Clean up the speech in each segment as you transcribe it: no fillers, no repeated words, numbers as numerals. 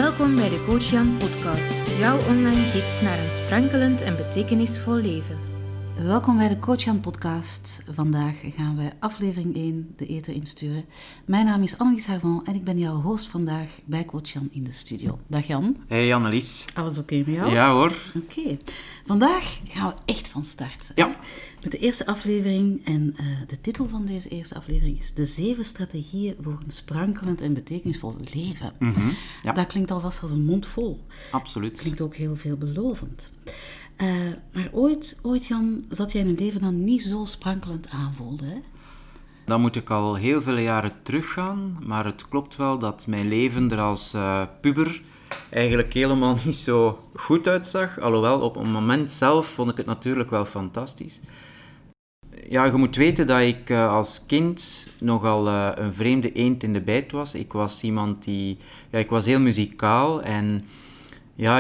Welkom bij de Coach Jan podcast, jouw online gids naar een sprankelend en betekenisvol leven. Welkom bij de Coach Jan podcast. Vandaag gaan we aflevering 1 de ether insturen. Mijn naam is Annelies Harvon en ik ben jouw host vandaag bij Coach Jan in de studio. Dag Jan. Hey Annelies. Alles oké met jou? Ja hoor. Oké. Vandaag gaan we echt van start. Ja. Met de eerste aflevering en de titel van deze eerste aflevering is De 7 strategieën voor een sprankelend en betekenisvol leven. Ja. Dat klinkt alvast als een mond vol. Absoluut. Klinkt ook heel veelbelovend. Maar ooit Jan, zat jij in een leven dat niet zo sprankelend aanvoelde, hè? Dan moet ik al heel veel jaren teruggaan, maar het klopt wel dat mijn leven er als puber eigenlijk helemaal niet zo goed uitzag. Alhoewel, op een moment zelf vond ik het natuurlijk wel fantastisch. Ja, je moet weten dat ik als kind nogal een vreemde eend in de bijt was. Ik was iemand die... Ja, ik was heel muzikaal en... Ja,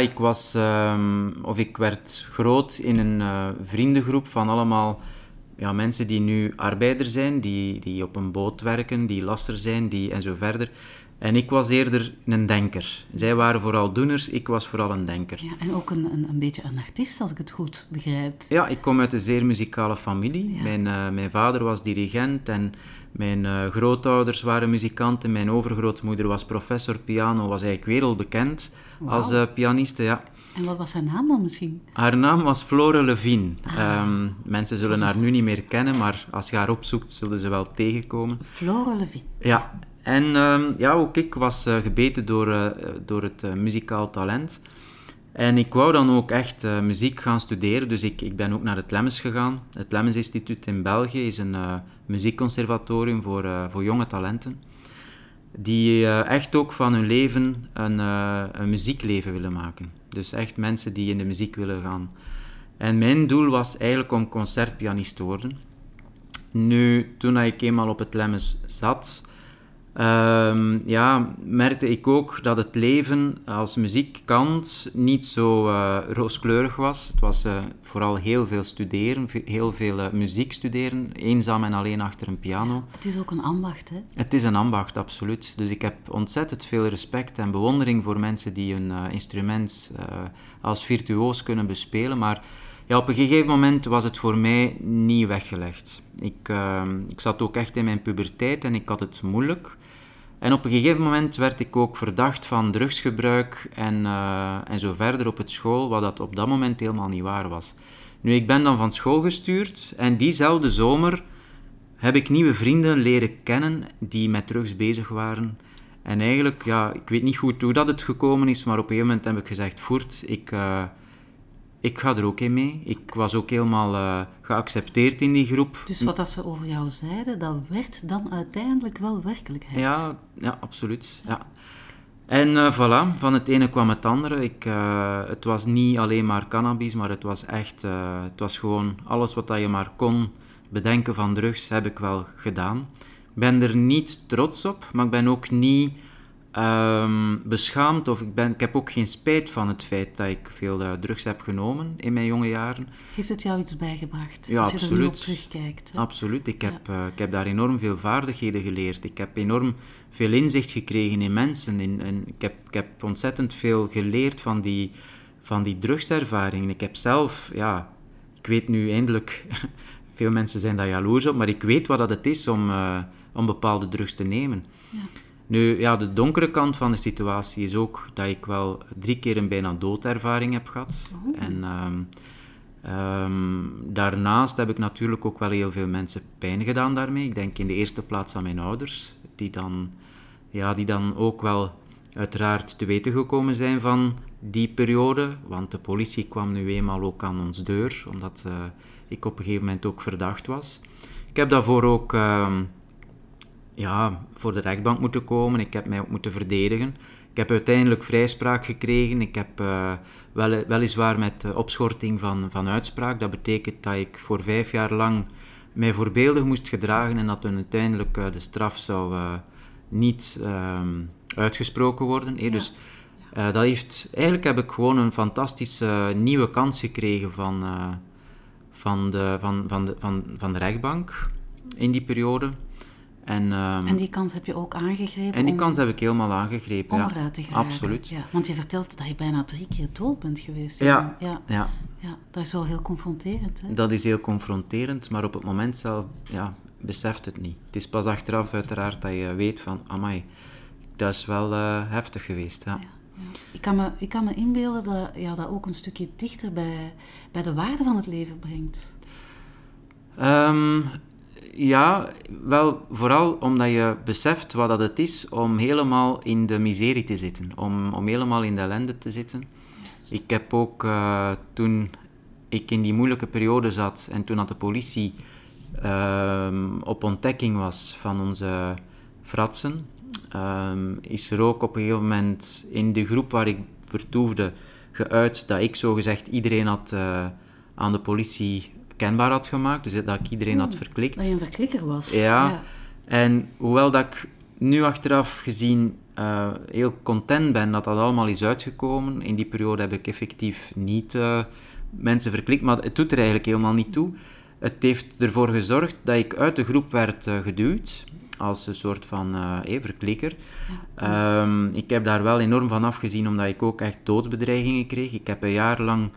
ik werd groot in een vriendengroep van allemaal mensen die nu arbeider zijn, die op een boot werken, die lasser zijn, en zo verder. En ik was eerder een denker. Zij waren vooral doeners, ik was vooral een denker. Ja, en ook een beetje een artiest, als ik het goed begrijp. Ja, ik kom uit een zeer muzikale familie. Ja. Mijn vader was dirigent en mijn grootouders waren muzikanten. Mijn overgrootmoeder was professor piano, was eigenlijk wereldbekend als pianiste, ja. En wat was haar naam dan misschien? Haar naam was Flore Levin. Mensen zullen haar nu niet meer kennen, maar als je haar opzoekt, zullen ze wel tegenkomen. Flore Levin. Ja, en ook ik was gebeten door het muzikaal talent. En ik wou dan ook echt muziek gaan studeren, dus ik ben ook naar het Lemmens gegaan. Het Lemmens Instituut in België is een muziekconservatorium voor jonge talenten, die echt ook van hun leven een muziekleven willen maken. Dus echt mensen die in de muziek willen gaan. En mijn doel was eigenlijk om concertpianist te worden. Nu, toen ik eenmaal op het Lemmens zat... merkte ik ook dat het leven als muziekkant niet zo rooskleurig was. Het was vooral heel veel studeren, heel veel muziek studeren, eenzaam en alleen achter een piano. Het is ook een ambacht, hè? Het is een ambacht, absoluut. Dus ik heb ontzettend veel respect en bewondering voor mensen die hun instrument als virtuoos kunnen bespelen, maar... Ja, op een gegeven moment was het voor mij niet weggelegd. Ik zat ook echt in mijn puberteit en ik had het moeilijk. En op een gegeven moment werd ik ook verdacht van drugsgebruik en zo verder op het school, wat dat op dat moment helemaal niet waar was. Nu, ik ben dan van school gestuurd en diezelfde zomer heb ik nieuwe vrienden leren kennen die met drugs bezig waren. En eigenlijk, ik weet niet goed hoe dat het gekomen is, maar op een gegeven moment heb ik gezegd, voort, ik ga er ook in mee. Ik was ook helemaal geaccepteerd in die groep. Dus wat dat ze over jou zeiden, dat werd dan uiteindelijk wel werkelijkheid. Ja, absoluut. Ja. En voilà, van het ene kwam het andere. Het was niet alleen maar cannabis, maar het was echt... het was gewoon alles wat je maar kon bedenken van drugs, heb ik wel gedaan. Ik ben er niet trots op, maar ik ben ook niet... beschaamd of ik heb ook geen spijt van het feit dat ik veel drugs heb genomen in mijn jonge jaren. Heeft het jou iets bijgebracht? Ja, als je absoluut. er nu op terugkijkt? Hè? Absoluut. Ik heb daar enorm veel vaardigheden geleerd. Ik heb enorm veel inzicht gekregen in mensen. Ik heb ontzettend veel geleerd van die drugservaringen. Ik heb zelf, ik weet nu eindelijk, veel mensen zijn daar jaloers op, maar ik weet wat dat het is om bepaalde drugs te nemen. Ja. Nu, de donkere kant van de situatie is ook dat ik wel 3 keer een bijna doodervaring heb gehad. Oh. En daarnaast heb ik natuurlijk ook wel heel veel mensen pijn gedaan daarmee. Ik denk in de eerste plaats aan mijn ouders, die dan ook wel uiteraard te weten gekomen zijn van die periode. Want de politie kwam nu eenmaal ook aan ons deur, omdat ik op een gegeven moment ook verdacht was. Ik heb daarvoor ook... voor de rechtbank moeten komen. Ik heb mij ook moeten verdedigen. Ik heb uiteindelijk vrijspraak gekregen. Ik heb weliswaar met opschorting van uitspraak. Dat betekent dat ik voor 5 jaar lang mij voorbeeldig moest gedragen en dat dan uiteindelijk de straf zou niet uitgesproken worden. Ja. Dus eigenlijk heb ik gewoon een fantastische nieuwe kans gekregen van de rechtbank in die periode. En die kans heb je ook aangegrepen? En die kans heb ik helemaal aangegrepen, om eruit te geraken. Absoluut. Ja, want je vertelt dat je bijna 3 keer dood bent geweest. Ja. Dat is wel heel confronterend. Hè? Dat is heel confronterend, maar op het moment zelf beseft het niet. Het is pas achteraf uiteraard dat je weet van, amai, dat is wel heftig geweest. Ja. Ik kan me inbeelden dat dat ook een stukje dichter bij de waarde van het leven brengt. Ja, wel vooral omdat je beseft wat dat het is om helemaal in de miserie te zitten, om helemaal in de ellende te zitten. Ik heb ook toen ik in die moeilijke periode zat en toen dat de politie op ontdekking was van onze fratsen, is er ook op een gegeven moment in de groep waar ik vertoefde geuit dat ik zogezegd iedereen had aan de politie kenbaar had gemaakt, dus dat ik iedereen had verklikt. Dat je een verklikker was. Ja, en hoewel dat ik nu achteraf gezien heel content ben dat dat allemaal is uitgekomen, in die periode heb ik effectief niet mensen verklikt, maar het doet er eigenlijk helemaal niet toe. Het heeft ervoor gezorgd dat ik uit de groep werd geduwd, als een soort van verklikker. Ja. Ik heb daar wel enorm van afgezien, omdat ik ook echt doodsbedreigingen kreeg. Ik heb een jaar lang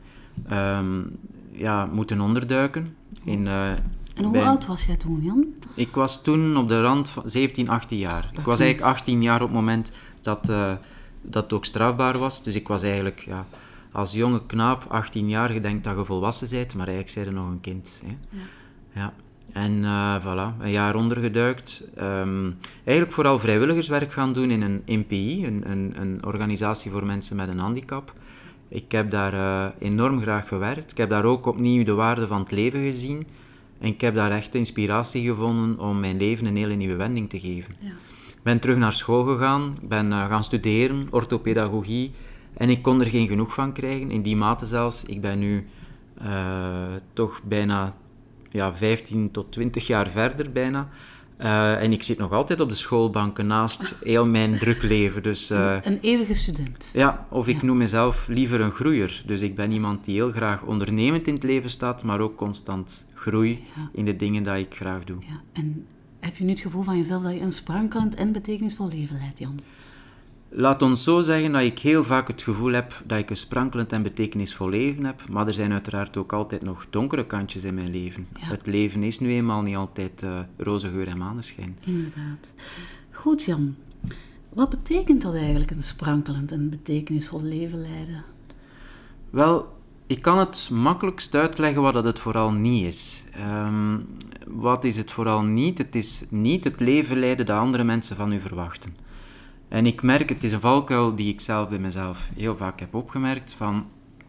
moeten onderduiken. En hoe oud was jij toen, Jan? Ik was toen op de rand van 17, 18 jaar. Ik was eigenlijk 18 jaar op het moment dat het ook strafbaar was. Dus ik was eigenlijk als jonge knaap, 18 jaar, je denkt dat je volwassen bent, maar eigenlijk zei je nog een kind. Hè? Ja. En voilà, een jaar ondergeduikt. Eigenlijk vooral vrijwilligerswerk gaan doen in een NPI, een organisatie voor mensen met een handicap. Ik heb daar enorm graag gewerkt. Ik heb daar ook opnieuw de waarde van het leven gezien. En ik heb daar echt inspiratie gevonden om mijn leven een hele nieuwe wending te geven. Ja. Ik ben terug naar school gegaan, ben gaan studeren, orthopedagogie. En ik kon er geen genoeg van krijgen, in die mate zelfs. Ik ben nu toch bijna 15 tot 20 jaar verder bijna. En ik zit nog altijd op de schoolbanken naast heel mijn druk leven. Dus, een eeuwige student. Ja, of ik noem mezelf liever een groeier. Dus ik ben iemand die heel graag ondernemend in het leven staat, maar ook constant groei in de dingen die ik graag doe. Ja. En heb je nu het gevoel van jezelf dat je een sprankelend en betekenisvol leven leidt, Jan? Laat ons zo zeggen dat ik heel vaak het gevoel heb dat ik een sprankelend en betekenisvol leven heb, maar er zijn uiteraard ook altijd nog donkere kantjes in mijn leven. Ja. Het leven is nu eenmaal niet altijd roze geur en maneschijn. Inderdaad. Goed, Jan. Wat betekent dat eigenlijk, een sprankelend en betekenisvol leven leiden? Wel, ik kan het makkelijkst uitleggen wat het vooral niet is. Wat is het vooral niet? Het is niet het leven leiden dat andere mensen van u verwachten. En ik merk, het is een valkuil die ik zelf bij mezelf heel vaak heb opgemerkt, van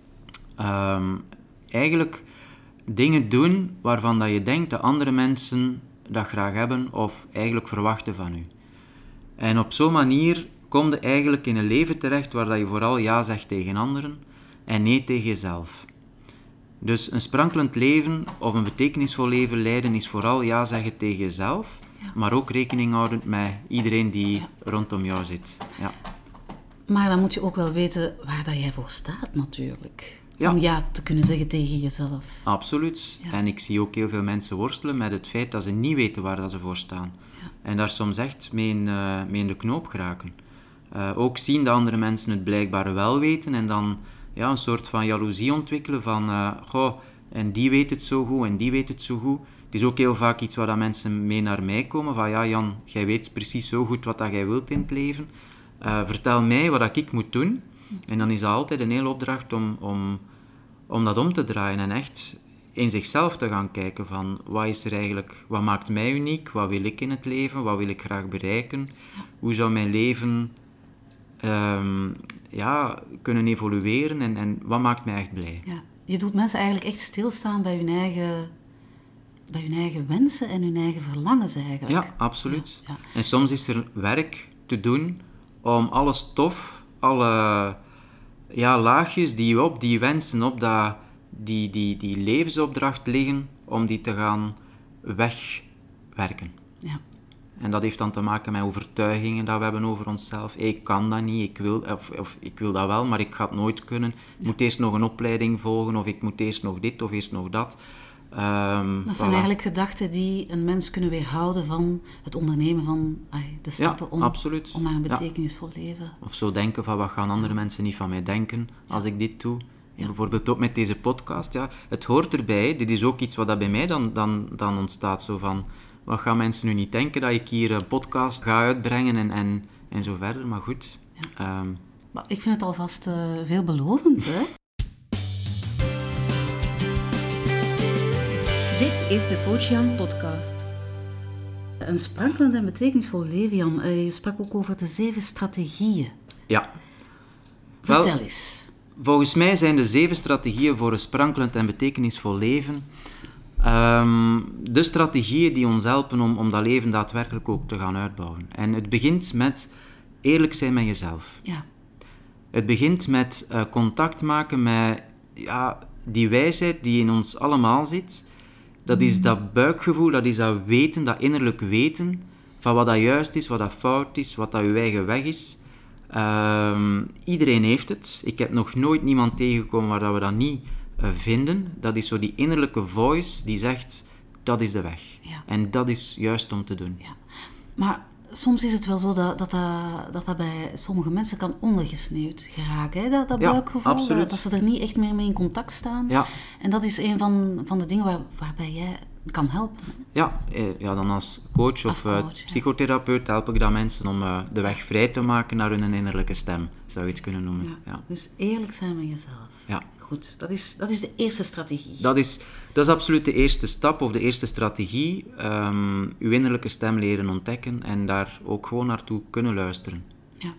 eigenlijk dingen doen waarvan dat je denkt dat andere mensen dat graag hebben of eigenlijk verwachten van u. En op zo'n manier kom je eigenlijk in een leven terecht waar dat je vooral ja zegt tegen anderen en nee tegen jezelf. Dus een sprankelend leven of een betekenisvol leven leiden is vooral ja zeggen tegen jezelf, maar ook rekening houden met iedereen die rondom jou zit. Ja. Maar dan moet je ook wel weten waar dat jij voor staat natuurlijk. Ja. Om ja te kunnen zeggen tegen jezelf. Absoluut. Ja. En ik zie ook heel veel mensen worstelen met het feit dat ze niet weten waar dat ze voor staan. Ja. En daar soms echt mee in de knoop geraken. Ook zien dat andere mensen het blijkbaar wel weten en dan een soort van jaloezie ontwikkelen van en die weet het zo goed en die weet het zo goed. Het is ook heel vaak iets waar dat mensen mee naar mij komen, van ja Jan, jij weet precies zo goed wat dat jij wilt in het leven. Vertel mij wat ik moet doen. En dan is dat altijd een hele opdracht om dat om te draaien en echt in zichzelf te gaan kijken van wat is er eigenlijk, wat maakt mij uniek, wat wil ik in het leven, wat wil ik graag bereiken, hoe zou mijn leven kunnen evolueren en wat maakt mij echt blij. Ja. Je doet mensen eigenlijk echt stilstaan bij hun eigen wensen en hun eigen verlangens eigenlijk. Ja, absoluut. Ja. En soms is er werk te doen om alle stof, alle laagjes die op die wensen, op die levensopdracht liggen, om die te gaan wegwerken. Ja. En dat heeft dan te maken met overtuigingen dat we hebben over onszelf. Ik kan dat niet, ik wil dat wel, maar ik ga het nooit kunnen. Ik moet eerst nog een opleiding volgen, of ik moet eerst nog dit, of eerst nog dat. Dat zijn eigenlijk gedachten die een mens kunnen weerhouden van het ondernemen van de stappen om naar een betekenisvol leven. Of zo denken van, wat gaan andere mensen niet van mij denken als ik dit doe? Ja. Bijvoorbeeld ook met deze podcast. Ja, het hoort erbij. Dit is ook iets wat dat bij mij dan ontstaat. Zo van, wat gaan mensen nu niet denken dat ik hier een podcast ga uitbrengen en zo verder. Maar goed. Ja. Maar ik vind het alvast veelbelovend, hè? Dit is de Coach Jan podcast. Een sprankelend en betekenisvol leven, Jan. Je sprak ook over de 7 strategieën. Ja. Vertel eens. Volgens mij zijn de 7 strategieën voor een sprankelend en betekenisvol leven de strategieën die ons helpen om dat leven daadwerkelijk ook te gaan uitbouwen. En het begint met eerlijk zijn met jezelf. Ja. Het begint met contact maken met die wijsheid die in ons allemaal zit. Dat is dat buikgevoel, dat is dat weten, dat innerlijk weten van wat dat juist is, wat dat fout is, wat dat uw eigen weg is. Iedereen heeft het. Ik heb nog nooit niemand tegengekomen waar dat we dat niet vinden. Dat is zo die innerlijke voice die zegt, dat is de weg. Ja. En dat is juist om te doen. Ja. Maar soms is het wel zo dat bij sommige mensen kan ondergesneeuwd geraken. Hè? Dat buikgevoel, dat ze er niet echt meer mee in contact staan. Ja. En dat is een van de dingen waarbij jij kan helpen. Ja, dan als coach of psychotherapeut help ik dan mensen om de weg vrij te maken naar hun innerlijke stem, zou je het kunnen noemen. Ja. Dus eerlijk zijn met jezelf. Ja. Goed, dat is de eerste strategie. Dat is absoluut de eerste stap of de eerste strategie. Uw innerlijke stem leren ontdekken en daar ook gewoon naartoe kunnen luisteren. Ja.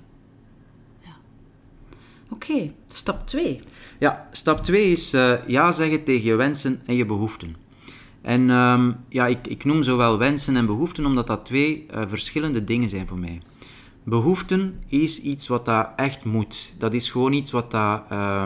Oké, stap 2. Ja, stap 2 is ja zeggen tegen je wensen en je behoeften. En ik noem zowel wensen en behoeften omdat dat 2 verschillende dingen zijn voor mij. Behoeften is iets wat dat echt moet. Dat is gewoon iets wat dat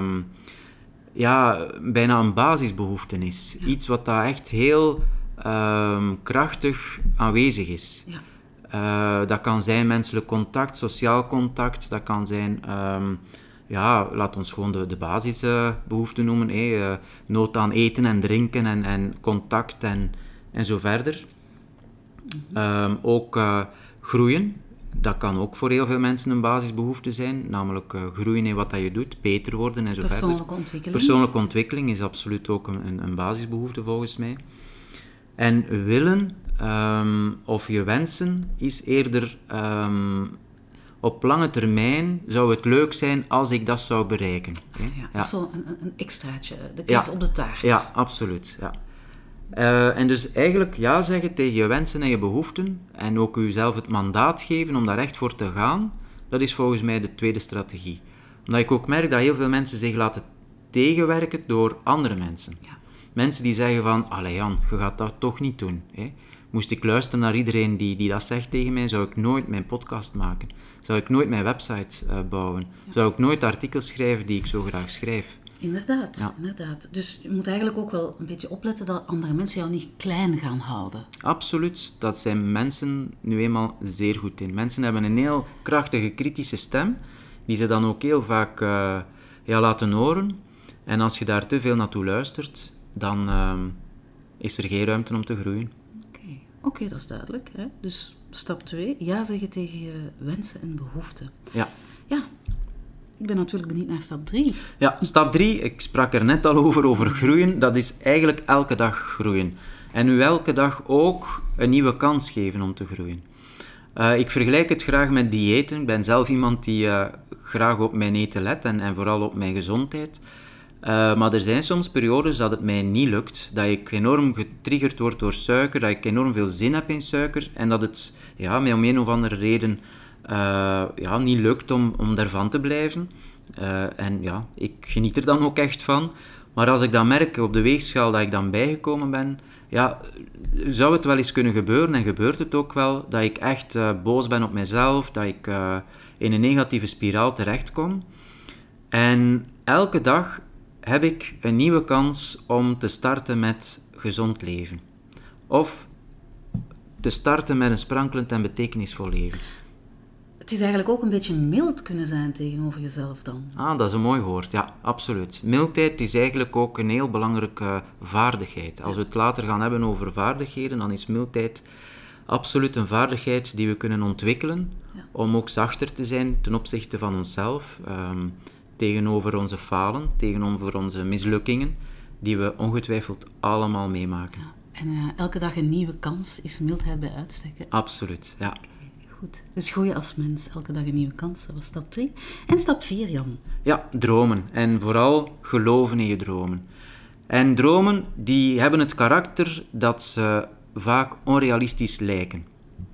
bijna een basisbehoefte is. Ja. Iets wat dat echt heel krachtig aanwezig is. Ja. Dat kan zijn menselijk contact, sociaal contact. Dat kan zijn, laat ons gewoon de basisbehoeften noemen. Nood aan eten en drinken en contact en zo verder. Ook groeien. Dat kan ook voor heel veel mensen een basisbehoefte zijn, namelijk groeien in wat dat je doet, beter worden en zo verder. Persoonlijke ontwikkeling is absoluut ook een basisbehoefte volgens mij. En willen of je wensen is eerder op lange termijn zou het leuk zijn als ik dat zou bereiken. Dat is zo een extraatje, de kaas op de taart. Ja, absoluut. Ja. En dus eigenlijk ja zeggen tegen je wensen en je behoeften en ook jezelf het mandaat geven om daar echt voor te gaan, dat is volgens mij de tweede strategie. Omdat ik ook merk dat heel veel mensen zich laten tegenwerken door andere mensen. Ja. Mensen die zeggen van, allee Jan, je gaat dat toch niet doen. Hè? Moest ik luisteren naar iedereen die dat zegt tegen mij, zou ik nooit mijn podcast maken. Zou ik nooit mijn website bouwen. Ja. Zou ik nooit artikels schrijven die ik zo graag schrijf. Inderdaad. Dus je moet eigenlijk ook wel een beetje opletten dat andere mensen jou niet klein gaan houden. Absoluut. Dat zijn mensen nu eenmaal zeer goed in. Mensen hebben een heel krachtige, kritische stem, die ze dan ook heel vaak laten horen. En als je daar te veel naartoe luistert, dan is er geen ruimte om te groeien. Oké, dat is duidelijk. Hè? Dus stap 2, ja zeggen tegen je wensen en behoeften. Ja. Ik ben natuurlijk benieuwd naar stap 3. Ja, stap 3, ik sprak er net al over groeien. Dat is eigenlijk elke dag groeien. En u elke dag ook een nieuwe kans geven om te groeien. Ik vergelijk het graag met diëten. Ik ben zelf iemand die graag op mijn eten let en vooral op mijn gezondheid. Maar er zijn soms periodes dat het mij niet lukt. Dat ik enorm getriggerd word door suiker, dat ik enorm veel zin heb in suiker. En dat het mij om een of andere reden niet lukt om daarvan te blijven. Ik geniet er dan ook echt van. Maar als ik dan merk op de weegschaal dat ik dan bijgekomen ben, zou het wel eens kunnen gebeuren, en gebeurt het ook wel, dat ik echt boos ben op mezelf, dat ik in een negatieve spiraal terechtkom. En elke dag heb ik een nieuwe kans om te starten met gezond leven. Of te starten met een sprankelend en betekenisvol leven. Het is eigenlijk ook een beetje mild kunnen zijn tegenover jezelf dan. Ah, dat is een mooi woord. Ja, absoluut. Mildheid is eigenlijk ook een heel belangrijke vaardigheid. Als we het later gaan hebben over vaardigheden, dan is mildheid absoluut een vaardigheid die we kunnen ontwikkelen om ook zachter te zijn ten opzichte van onszelf, tegenover onze falen, tegenover onze mislukkingen, die we ongetwijfeld allemaal meemaken. Ja. En elke dag een nieuwe kans is mildheid bij uitstek. Hè? Absoluut, ja. Goed, dus groeien als mens, elke dag een nieuwe kans, dat was stap 3. En stap 4, Jan? Ja, dromen. En vooral geloven in je dromen. En dromen, die hebben het karakter dat ze vaak onrealistisch lijken.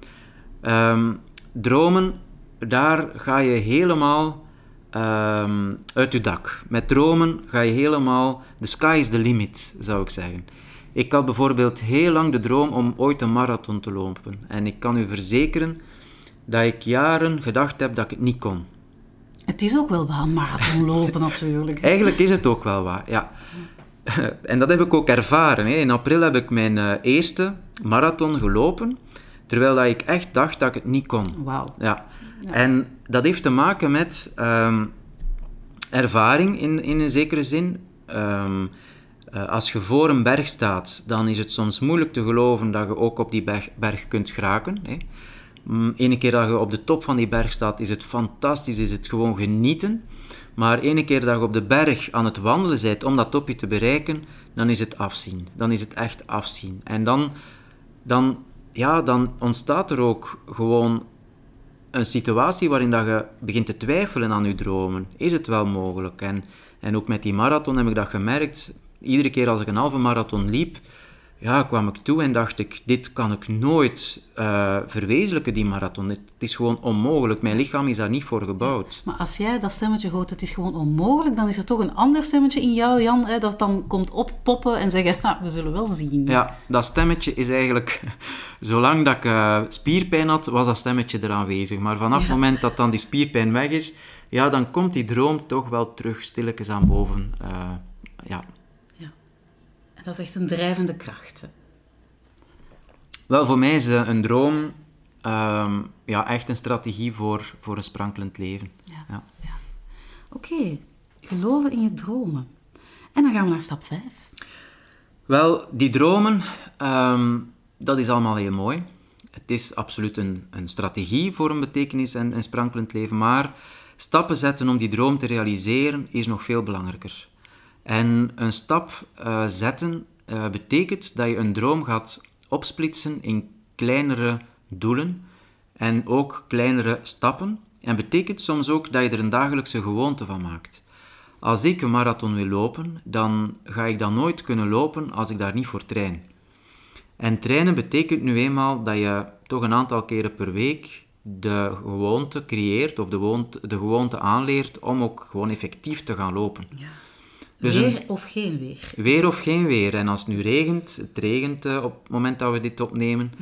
Dromen, daar ga je helemaal uit je dak. Met dromen ga je helemaal... The sky is the limit, zou ik zeggen. Ik had bijvoorbeeld heel lang de droom om ooit een marathon te lopen. En ik kan u verzekeren dat ik jaren gedacht heb dat ik het niet kon. Het is ook wel wat een marathon lopen natuurlijk. Eigenlijk is het ook wel wat, ja. En dat heb ik ook ervaren. Hè. In april heb ik mijn eerste marathon gelopen, terwijl dat ik echt dacht dat ik het niet kon. Wauw. Ja. En dat heeft te maken met ervaring in een zekere zin. Als je voor een berg staat, dan is het soms moeilijk te geloven dat je ook op die berg kunt geraken. Hè. Ene keer dat je op de top van die berg staat, is het fantastisch, is het gewoon genieten. Maar ene keer dat je op de berg aan het wandelen bent om dat topje te bereiken, dan is het afzien. Dan is het echt afzien. En dan ontstaat er ook gewoon een situatie waarin dat je begint te twijfelen aan je dromen. Is het wel mogelijk? En ook met die marathon heb ik dat gemerkt. Iedere keer als ik een halve marathon liep, kwam ik toe en dacht ik, dit kan ik nooit verwezenlijken, die marathon. Het is gewoon onmogelijk. Mijn lichaam is daar niet voor gebouwd. Maar als jij dat stemmetje hoort, het is gewoon onmogelijk, dan is er toch een ander stemmetje in jou, Jan, hè, dat dan komt oppoppen en zeggen, we zullen wel zien. Ja, dat stemmetje is eigenlijk... Zolang dat ik spierpijn had, was dat stemmetje er aanwezig. Maar vanaf het moment dat dan die spierpijn weg is, dan komt die droom toch wel terug stilletjes aan boven. Dat is echt een drijvende kracht. Hè? Wel, voor mij is een droom echt een strategie voor een sprankelend leven. Ja. Oké, geloven in je dromen. En dan gaan we naar stap 5. Wel, die dromen, dat is allemaal heel mooi. Het is absoluut een strategie voor een betekenis en een sprankelend leven, maar stappen zetten om die droom te realiseren is nog veel belangrijker. En een stap zetten betekent dat je een droom gaat opsplitsen in kleinere doelen en ook kleinere stappen. En betekent soms ook dat je er een dagelijkse gewoonte van maakt. Als ik een marathon wil lopen, dan ga ik dat nooit kunnen lopen als ik daar niet voor train. En trainen betekent nu eenmaal dat je toch een aantal keren per week de gewoonte creëert of de gewoonte aanleert om ook gewoon effectief te gaan lopen. Ja. Dus weer of geen weer? Weer of geen weer. En als het nu regent, het regent op het moment dat we dit opnemen,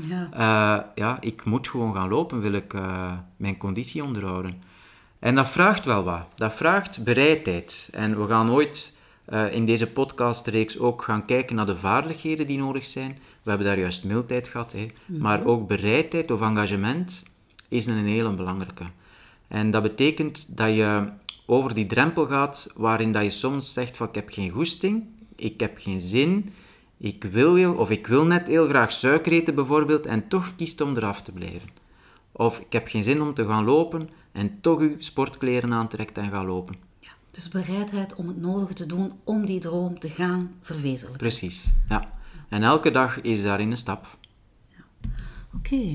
ik moet gewoon gaan lopen, wil ik mijn conditie onderhouden. En dat vraagt wel wat. Dat vraagt bereidheid. En we gaan ooit in deze podcastreeks ook gaan kijken naar de vaardigheden die nodig zijn. We hebben daar juist mildheid gehad, hè. Maar ook bereidheid of engagement is een hele belangrijke. En dat betekent dat je over die drempel gaat waarin dat je soms zegt van ik heb geen goesting, ik heb geen zin, ik wil net heel graag suiker eten bijvoorbeeld en toch kiest om eraf te blijven. Of ik heb geen zin om te gaan lopen en toch je sportkleren aantrekt en gaat lopen. Ja, dus bereidheid om het nodige te doen om die droom te gaan verwezenlijken. Precies, ja. En elke dag is daarin een stap. Ja. Oké.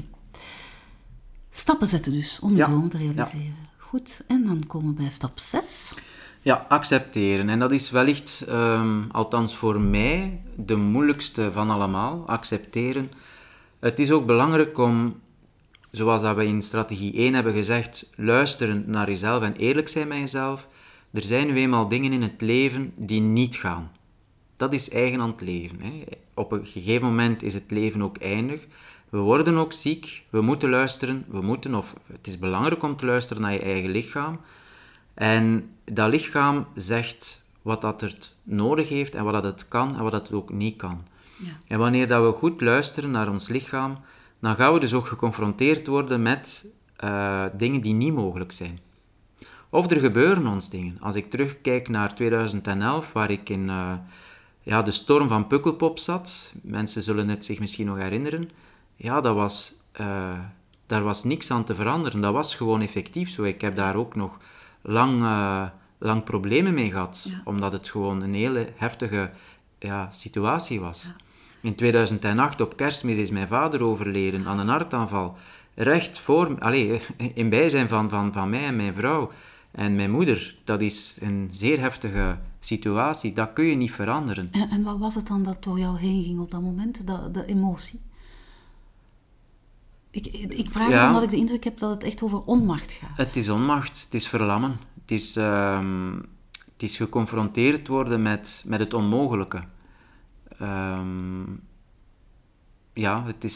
Stappen zetten dus om de droom te realiseren. Ja. Goed, en dan komen we bij stap 6. Ja, accepteren. En dat is wellicht, althans voor mij, de moeilijkste van allemaal. Accepteren. Het is ook belangrijk om, zoals dat we in strategie 1 hebben gezegd, luisteren naar jezelf en eerlijk zijn met jezelf. Er zijn nu eenmaal dingen in het leven die niet gaan. Dat is eigen aan het leven. Hè. Op een gegeven moment is het leven ook eindig. We worden ook ziek, we moeten luisteren, het is belangrijk om te luisteren naar je eigen lichaam. En dat lichaam zegt wat dat het nodig heeft en wat dat het kan en wat dat het ook niet kan. Ja. En wanneer dat we goed luisteren naar ons lichaam, dan gaan we dus ook geconfronteerd worden met dingen die niet mogelijk zijn. Of er gebeuren ons dingen. Als ik terugkijk naar 2011, waar ik in de storm van Pukkelpop zat, mensen zullen het zich misschien nog herinneren, ja, daar was niks aan te veranderen. Dat was gewoon effectief zo. Ik heb daar ook nog lang problemen mee gehad, omdat het gewoon een hele heftige situatie was. Ja. In 2008, op Kerstmis, is mijn vader overleden aan een hartaanval. Recht voor, in bijzijn van mij en mijn vrouw en mijn moeder. Dat is een zeer heftige situatie. Dat kun je niet veranderen. En wat was het dan dat door jou heen ging op dat moment, de emotie? Ik vraag het omdat ik de indruk heb dat het echt over onmacht gaat. Het is onmacht, het is verlammen. Het is geconfronteerd worden met het onmogelijke. Het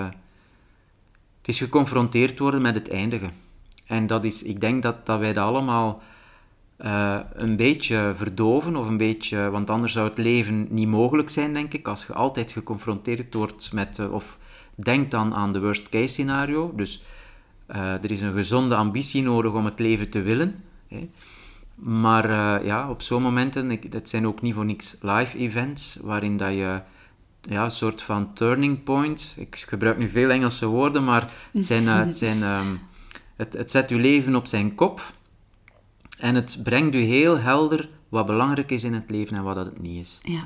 is geconfronteerd worden met het eindige. En ik denk dat wij dat allemaal een beetje verdoven, of een beetje, want anders zou het leven niet mogelijk zijn, denk ik, als je altijd geconfronteerd wordt met, of denkt dan aan de worst case scenario. Dus er is een gezonde ambitie nodig om het leven te willen. Hè. Maar op zo'n momenten, het zijn ook niet voor niks live events, waarin dat je een soort van turning point, ik gebruik nu veel Engelse woorden, maar het zet je leven op zijn kop en het brengt u heel helder wat belangrijk is in het leven en wat dat het niet is. Ja.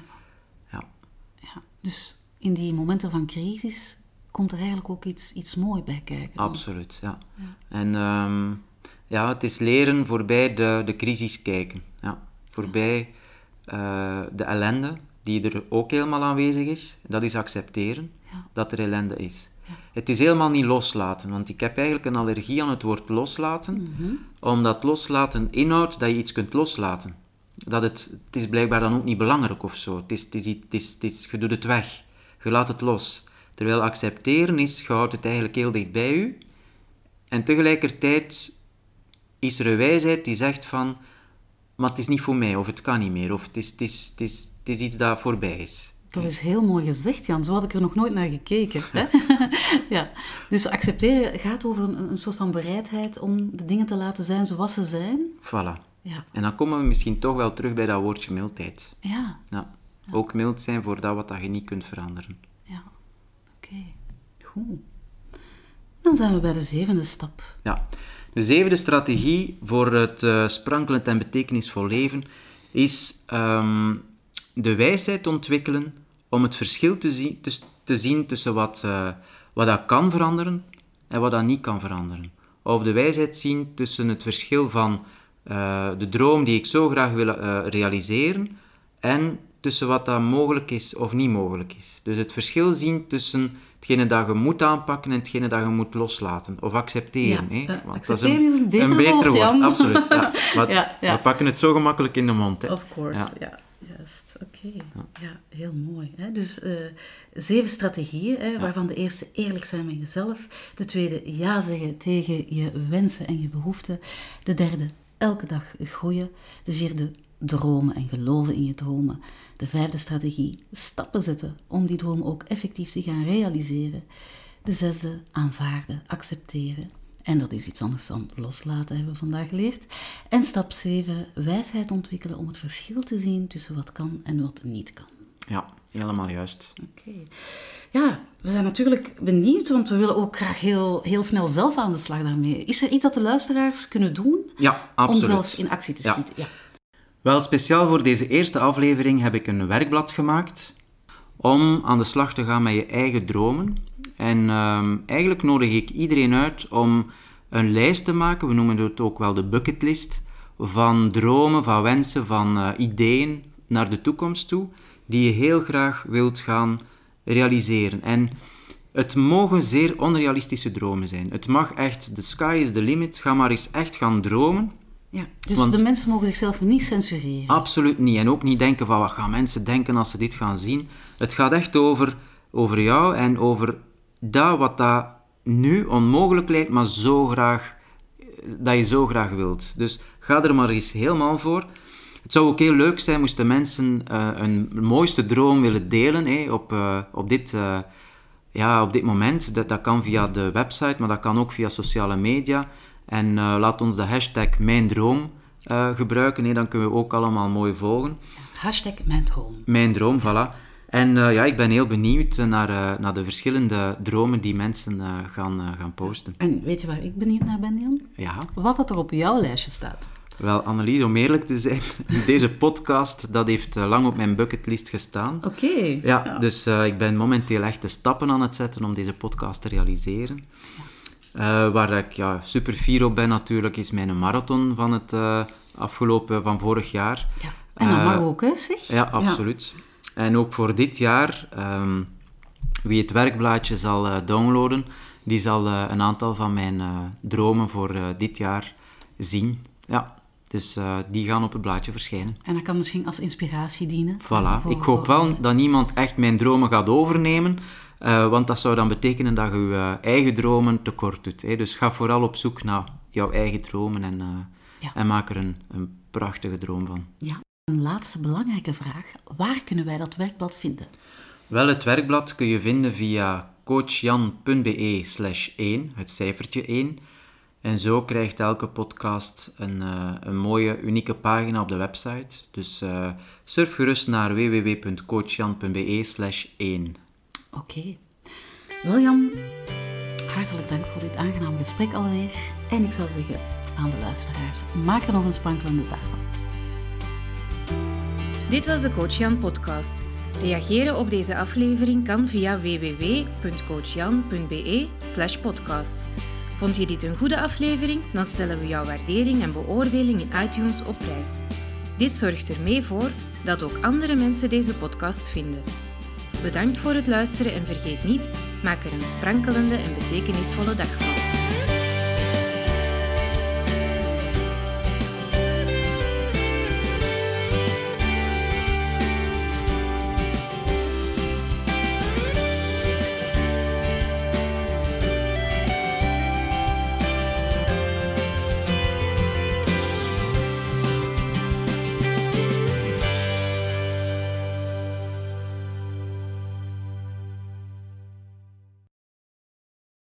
Dus in die momenten van crisis komt er eigenlijk ook iets moois bij kijken. Absoluut, ja. En het is leren voorbij de crisis kijken. Ja. Voorbij de ellende, die er ook helemaal aanwezig is. Dat is accepteren dat er ellende is. Ja. Het is helemaal niet loslaten, want ik heb eigenlijk een allergie aan het woord loslaten, omdat loslaten inhoudt dat je iets kunt loslaten. Het is blijkbaar dan ook niet belangrijk of zo. Je doet het weg, je laat het los. Terwijl accepteren is, je houdt het eigenlijk heel dicht bij je. En tegelijkertijd is er een wijsheid die zegt van, maar het is niet voor mij, of het kan niet meer, of het is iets dat voorbij is. Dat is heel mooi gezegd, Jan. Zo had ik er nog nooit naar gekeken. Hè? Ja. Dus accepteren gaat over een soort van bereidheid om de dingen te laten zijn zoals ze zijn. Voilà. Ja. En dan komen we misschien toch wel terug bij dat woordje mildheid. Ja. Ook mild zijn voor dat wat je niet kunt veranderen. Ja, oké. Goed. Dan zijn we bij de 7e stap. Ja. De 7e strategie voor het sprankelend en betekenisvol leven is de wijsheid ontwikkelen om het verschil te zien tussen wat dat kan veranderen en wat dat niet kan veranderen. Of de wijsheid zien tussen het verschil van de droom die ik zo graag wil realiseren en tussen wat dat mogelijk is of niet mogelijk is. Dus het verschil zien tussen hetgene dat je moet aanpakken en hetgene dat je moet loslaten of accepteren. Ja, want accepteren is een beter woord, Jan. Absoluut. Ja. We pakken het zo gemakkelijk in de mond. Hè. Of course, ja. Juist, oké. Ja, heel mooi. Hè? Dus 7 strategieën, waarvan de eerste eerlijk zijn met jezelf. De tweede ja zeggen tegen je wensen en je behoeften. De derde elke dag groeien. De 4e dromen en geloven in je dromen. De 5e strategie stappen zetten om die droom ook effectief te gaan realiseren. De 6e aanvaarden, accepteren. En dat is iets anders dan loslaten, hebben we vandaag geleerd. En stap 7, wijsheid ontwikkelen om het verschil te zien tussen wat kan en wat niet kan. Ja, helemaal juist. Oké. Ja, we zijn natuurlijk benieuwd, want we willen ook graag heel snel zelf aan de slag daarmee. Is er iets dat de luisteraars kunnen doen absoluut. om zelf in actie te schieten? Ja. Wel, speciaal voor deze eerste aflevering heb ik een werkblad gemaakt om aan de slag te gaan met je eigen dromen. En eigenlijk nodig ik iedereen uit om een lijst te maken, we noemen het ook wel de bucketlist, van dromen, van wensen, van ideeën naar de toekomst toe, die je heel graag wilt gaan realiseren. En het mogen zeer onrealistische dromen zijn. Het mag echt, the sky is the limit, ga maar eens echt gaan dromen. Ja, dus de mensen mogen zichzelf niet censureren? Absoluut niet. En ook niet denken van, wat gaan mensen denken als ze dit gaan zien? Het gaat echt over jou en over dat wat dat nu onmogelijk lijkt, maar dat je zo graag wilt. Dus ga er maar eens helemaal voor. Het zou ook heel leuk zijn moesten mensen hun mooiste droom willen delen op dit ja, op dit moment, dat kan via de website, maar dat kan ook via sociale media. En laat ons de hashtag #MijnDroom gebruiken. Dan kunnen we ook allemaal mooi volgen. Hashtag #MijnDroom. #MijnDroom, voilà. En ik ben heel benieuwd naar de verschillende dromen die mensen gaan posten. En weet je waar ik benieuwd naar ben, Jan? Ja. Wat er op jouw lijstje staat. Wel, Annelies, om eerlijk te zijn, deze podcast, dat heeft lang op mijn bucketlist gestaan. Oké. Ja, dus ik ben momenteel echt de stappen aan het zetten om deze podcast te realiseren. Waar ik super fier op ben natuurlijk, is mijn marathon van het van vorig jaar. Ja. En dat mag ook, hè, zeg? Ja, absoluut. Ja. En ook voor dit jaar, wie het werkblaadje zal downloaden, die zal een aantal van mijn dromen voor dit jaar zien. Ja, dus die gaan op het blaadje verschijnen. En dat kan misschien als inspiratie dienen. Voilà. Ik hoop wel dat niemand echt mijn dromen gaat overnemen, want dat zou dan betekenen dat je je eigen dromen tekort doet. Hè. Dus ga vooral op zoek naar jouw eigen dromen en maak er een prachtige droom van. Ja. Een laatste belangrijke vraag. Waar kunnen wij dat werkblad vinden? Wel, het werkblad kun je vinden via coachjan.be/1, het cijfertje 1. En zo krijgt elke podcast een mooie, unieke pagina op de website. Dus surf gerust naar www.coachjan.be/1. Oké. William, hartelijk dank voor dit aangename gesprek alweer. En ik zou zeggen aan de luisteraars, maak er nog een sprankelende dag van. Dit was de Coach Jan podcast. Reageren op deze aflevering kan via www.coachjan.be/podcast. Vond je dit een goede aflevering? Dan stellen we jouw waardering en beoordeling in iTunes op prijs. Dit zorgt er mee voor dat ook andere mensen deze podcast vinden. Bedankt voor het luisteren en vergeet niet, maak er een sprankelende en betekenisvolle dag van.